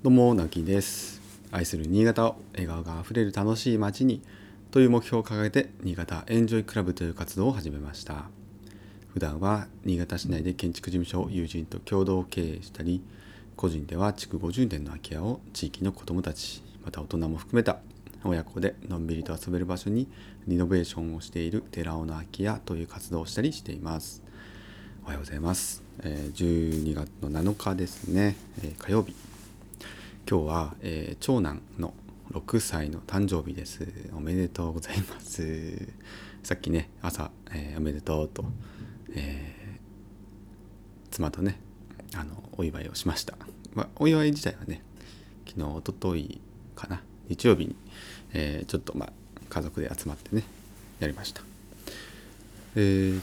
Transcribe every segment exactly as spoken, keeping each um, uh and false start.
どうもなきです。愛する新潟を笑顔があふれる楽しい街にという目標を掲げて新潟エンジョイクラブという活動を始めました。普段は新潟市内で建築事務所を友人と共同経営したり、個人では築ごじゅうねんの空き家を地域の子どもたちまた大人も含めた親子でのんびりと遊べる場所にリノベーションをしている寺尾の空き家という活動をしたりしています。おはようございます。えー、じゅうにがつのなのかですね、えー、火曜日。今日は、えー、長男のろくさいの誕生日です。おめでとうございます。さっきね朝、えー、おめでとうと、えー、妻とねあのお祝いをしました。まあ、お祝い自体はね昨日おとといかな日曜日に、えー、ちょっとまあ家族で集まってねやりました。えー、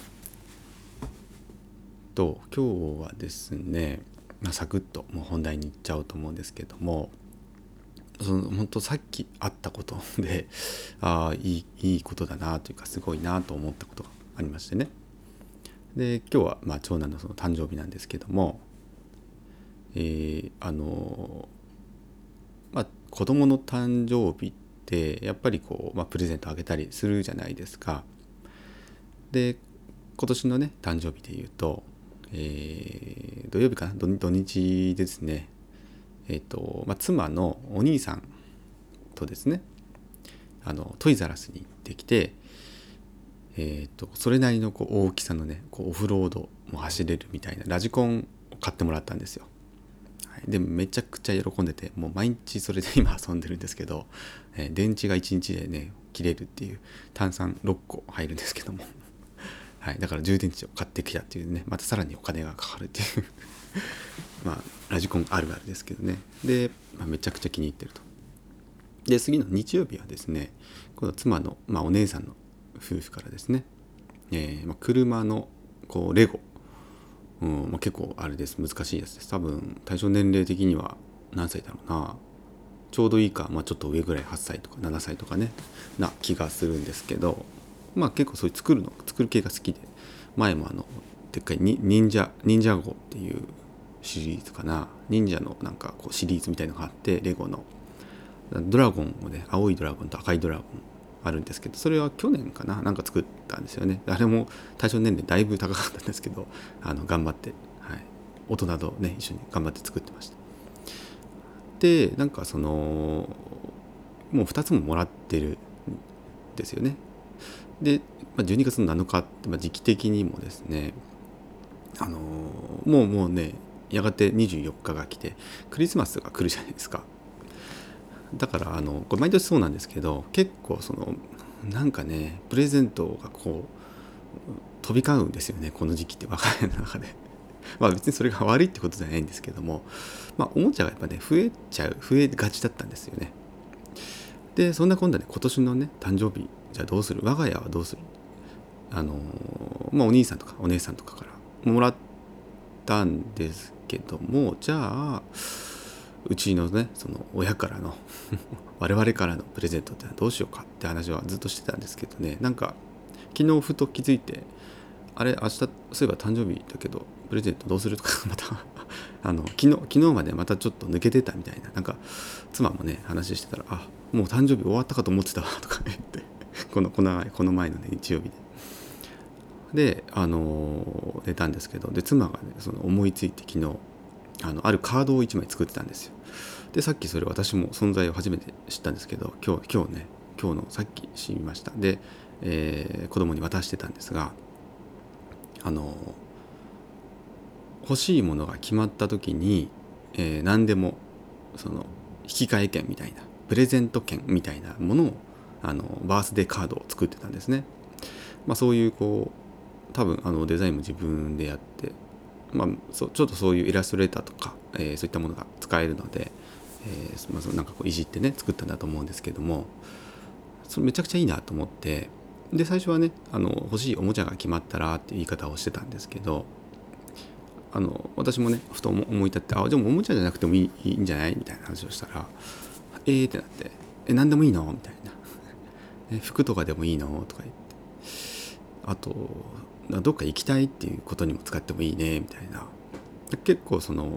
と今日はですね、まあ、サクッともう本題に行っちゃおうと思うんですけども、その本当さっきあったことでああいいいいことだなというかすごいなと思ったことがありましてね。で今日はまあ長男のその誕生日なんですけども、えー、あのまあ子供の誕生日ってやっぱりこう、まあ、プレゼントあげたりするじゃないですか。で今年のね誕生日でいうと、えー、土曜日かな土日ですね、えーとまあ、妻のお兄さんとですねあのトイザらスに行ってきて、えーとそれなりのこう大きさのねこうオフロードも走れるみたいなラジコンを買ってもらったんですよ。はい、でめちゃくちゃ喜んでてもう毎日それで今遊んでるんですけど、えー、電池がいちにちでね切れるっていう炭酸ろっこ入るんですけどもはい、だから充電池を買ってきたっていうねまたさらにお金がかかるっていうまあラジコンあるあるですけどね。で、まあ、めちゃくちゃ気に入ってると。で次の日曜日はですねこの妻の、まあ、お姉さんの夫婦からですね、えーまあ、車のこうレゴ、うんまあ、結構あれです難しいやつです。多分対象年齢的には何歳だろうなちょうどいいか、まあ、ちょっと上ぐらいはっさいとかななさいとかねな気がするんですけど、まあ結構そういう作るの作る系が好きで、前もあのでっかいに忍者忍者号っていうシリーズかな忍者のなんかこうシリーズみたいのがあってレゴのドラゴンをね青いドラゴンと赤いドラゴンあるんですけど、それは去年かななんか作ったんですよね。あれも対象年齢だいぶ高かったんですけどあの頑張って、はい、大人とね一緒に頑張って作ってました。でなんかそのもうふたつももらってるんですよね。で、まあ、じゅうにがつのなのかって、まあ、時期的にもですねあのーもうもうねやがてにじゅうよっかが来てクリスマスが来るじゃないですか。だからあのこれ毎年そうなんですけど結構そのなんかねプレゼントがこう飛び交うんですよねこの時期って我が家の中でまあ別にそれが悪いってことじゃないんですけども、まあおもちゃがやっぱね増えちゃう増えがちだったんですよね。でそんな今度はね今年のね誕生日じゃあどうする我が家はどうするあのまあお兄さんとかお姉さんとかからもらったんですけども、じゃあうちのねその親からの我々からのプレゼントってどうしようかって話はずっとしてたんですけどね、なんか昨日ふと気づいてあれ明日そういえば誕生日だけどプレゼントどうするとかまたあの昨日昨日までまたちょっと抜けてたみたいな、なんか妻もね話してたらあもう誕生日終わったかと思ってたわとか言ってこのこの前この前のね日曜日でであの寝たんですけど、で妻がねその思いついて昨日あのあるカードをいちまい作ってたんですよ。でさっきそれ私も存在を初めて知ったんですけど今日今日ね今日のさっき知りました。で、えー、子供に渡してたんですがあの欲しいものが決まった時に、えー、何でもその引き換え券みたいなプレゼント券みたいなものをあのバースデーカードを作ってたんですね。まあ、そういうこう多分あのデザインも自分でやって、まあ、そちょっとそういうイラストレーターとか、えー、そういったものが使えるので、えーまあ、そのなんかこういじってね作ったんだと思うんですけども、それめちゃくちゃいいなと思って、で最初はねあの欲しいおもちゃが決まったらっていう言い方をしてたんですけど、あの私もねふと思い立ってあじゃあもうおもちゃじゃなくてもいい、いいんじゃないみたいな話をしたらえーってなってえ何でもいいのみたいなえ服とかでもいいのとか言って、あとどっか行きたいっていうことにも使ってもいいねみたいな、結構その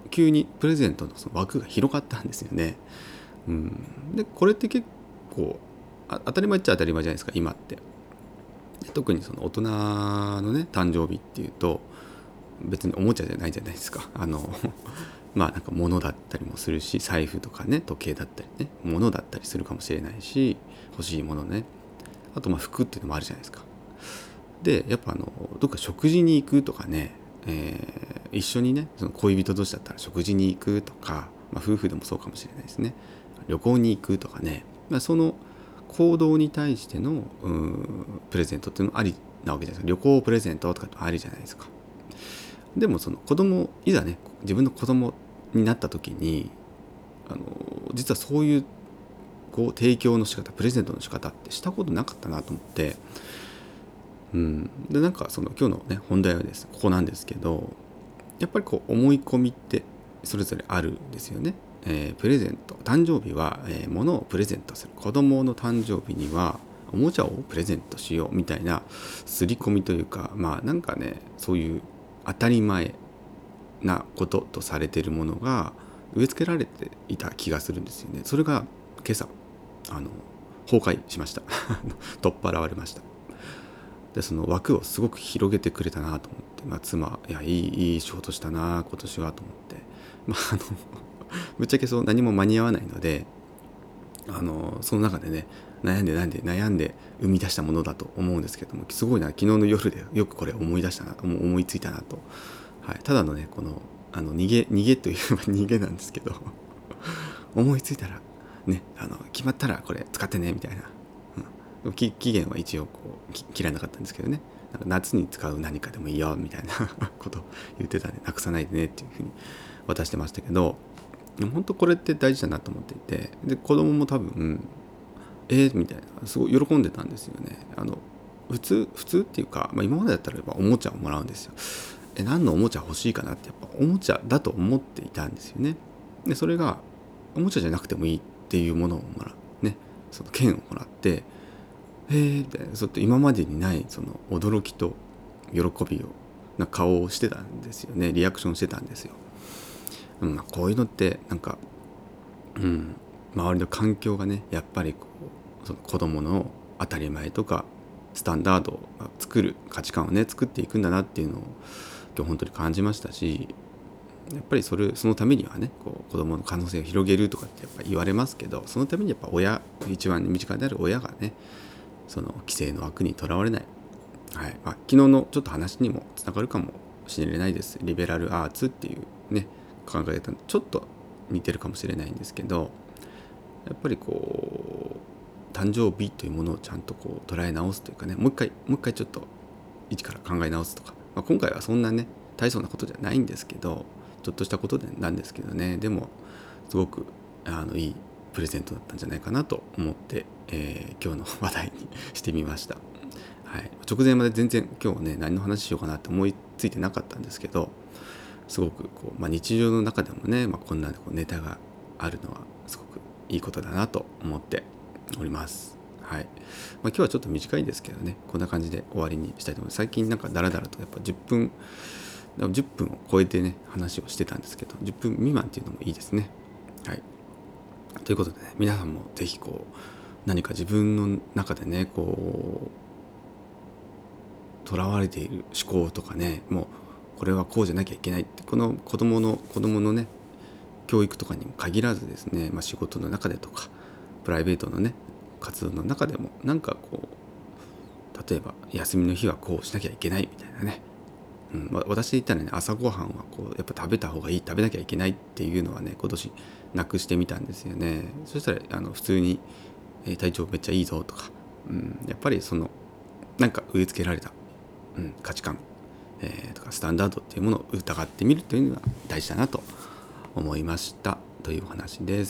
急にプレゼントのその枠が広がったんですよね。うん、でこれって結構あ当たり前っちゃ当たり前じゃないですか今って。特にその大人のね誕生日っていうと別におもちゃじゃないじゃないですか。あのまあなんか物だったりもするし、財布とかね時計だったりね物だったりするかもしれないし、欲しいものね、あとまあ服っていうのもあるじゃないですか。でやっぱあのどっか食事に行くとかね、えー一緒にねその恋人同士だったら食事に行くとか、まあ、夫婦でもそうかもしれないですね。旅行に行くとかね、まあ、その行動に対してのうーんプレゼントっていうのもありなわけじゃないですか。旅行プレゼントとかってありじゃないですか。でもその子供いざね自分の子供になった時にあの実はそういうこう提供の仕方プレゼントの仕方ってしたことなかったなと思って、うん、でなんかその今日のね本題はですここなんですけど、やっぱりこう思い込みってそれぞれあるんですよね。えープレゼント誕生日は、えー物をプレゼントする、子供の誕生日にはおもちゃをプレゼントしようみたいな刷り込みというか、まあなんかねそういう当たり前なこととされているものが植え付けられていた気がするんですよね。それが今朝あの崩壊しました取っ払われました。でその枠をすごく広げてくれたなと思って、まあ、妻いやいいいい仕事したな今年はと思って、まあ、あのぶっちゃけそう何も間に合わないので、あのその中でね悩んで悩んで悩んで生み出したものだと思うんですけども、すごいな昨日の夜でよくこれ思い出したな思いついたなと、はい、ただのねこのあの逃げ逃げといえば逃げなんですけど思いついたらねあの決まったらこれ使ってねみたいな、うん、期限は一応こう切らなかったんですけどね、なんか夏に使う何かでもいいよみたいなことを言ってたんで、なくさないでねっていうふうに渡してましたけど、本当これって大事だなと思っていて、で子供も多分えー、みたいなすごい喜んでたんですよね。あの普通普通っていうか、まあ、今までだったらやっぱおもちゃをもらうんですよ。え何のおもちゃ欲しいかなってやっぱおもちゃだと思っていたんですよね。でそれがおもちゃじゃなくてもいいっていうものをもらうね、その剣をもらってえーってちょっと今までにないその驚きと喜びをな顔をしてたんですよね。リアクションしてたんですよ。うん、こういうのってなんか、うん、周りの環境がねやっぱりこうその子供の当たり前とかスタンダードを作る価値観をね作っていくんだなっていうのを今日本当に感じましたし、やっぱりそれそのためにはねこう子供の可能性を広げるとかってやっぱ言われますけど、そのためにやっぱ親一番身近である親がねその規制の枠にとらわれない、はいまあ、昨日のちょっと話にもつながるかもしれないです。リベラルアーツっていうね考え方ちょっと似てるかもしれないんですけど、やっぱりこう誕生日というものをちゃんとこう捉え直すというかね、もう一回もう一回ちょっと一から考え直すとか、まあ、今回はそんなね大層なことじゃないんですけど、ちょっとしたことでなんですけどね、でもすごくあのいいプレゼントだったんじゃないかなと思って、えー、今日の話題にしてみました。はい、直前まで全然今日ね何の話しようかなって思いついてなかったんですけど、すごくこう、まあ、日常の中でもね、まあ、こんなこうネタがあるのはすごくいいことだなと思っております。はい、まあ、今日はちょっと短いですけどね、こんな感じで終わりにしたいと思います。最近なんかダラダラとやっぱじゅっぷんじゅっぷんを超えてね話をしてたんですけど、じゅっぷん未満っていうのもいいですね。はい、ということでね、皆さんもぜひこう何か自分の中でねこうとらわれている思考とかね、もうこれはこうじゃなきゃいけないって、この子供の子供のね教育とかにも限らずですね、まあ、仕事の中でとかプライベートのね活動の中でもなんかこう例えば休みの日はこうしなきゃいけないみたいなね、うんまあ、私で言ったらね朝ごはんはこうやっぱ食べた方がいい、食べなきゃいけないっていうのはね今年なくしてみたんですよね。そしたらあの普通に、えー体調めっちゃいいぞとか、うん、やっぱりそのなんか植え付けられた、うん、価値観、えーとかスタンダードっていうものを疑ってみるというのが大事だなと思いましたというお話です。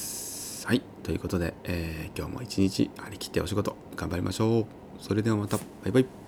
はい、ということで、えー今日も一日張り切ってお仕事頑張りましょう。それではまた、バイバイ。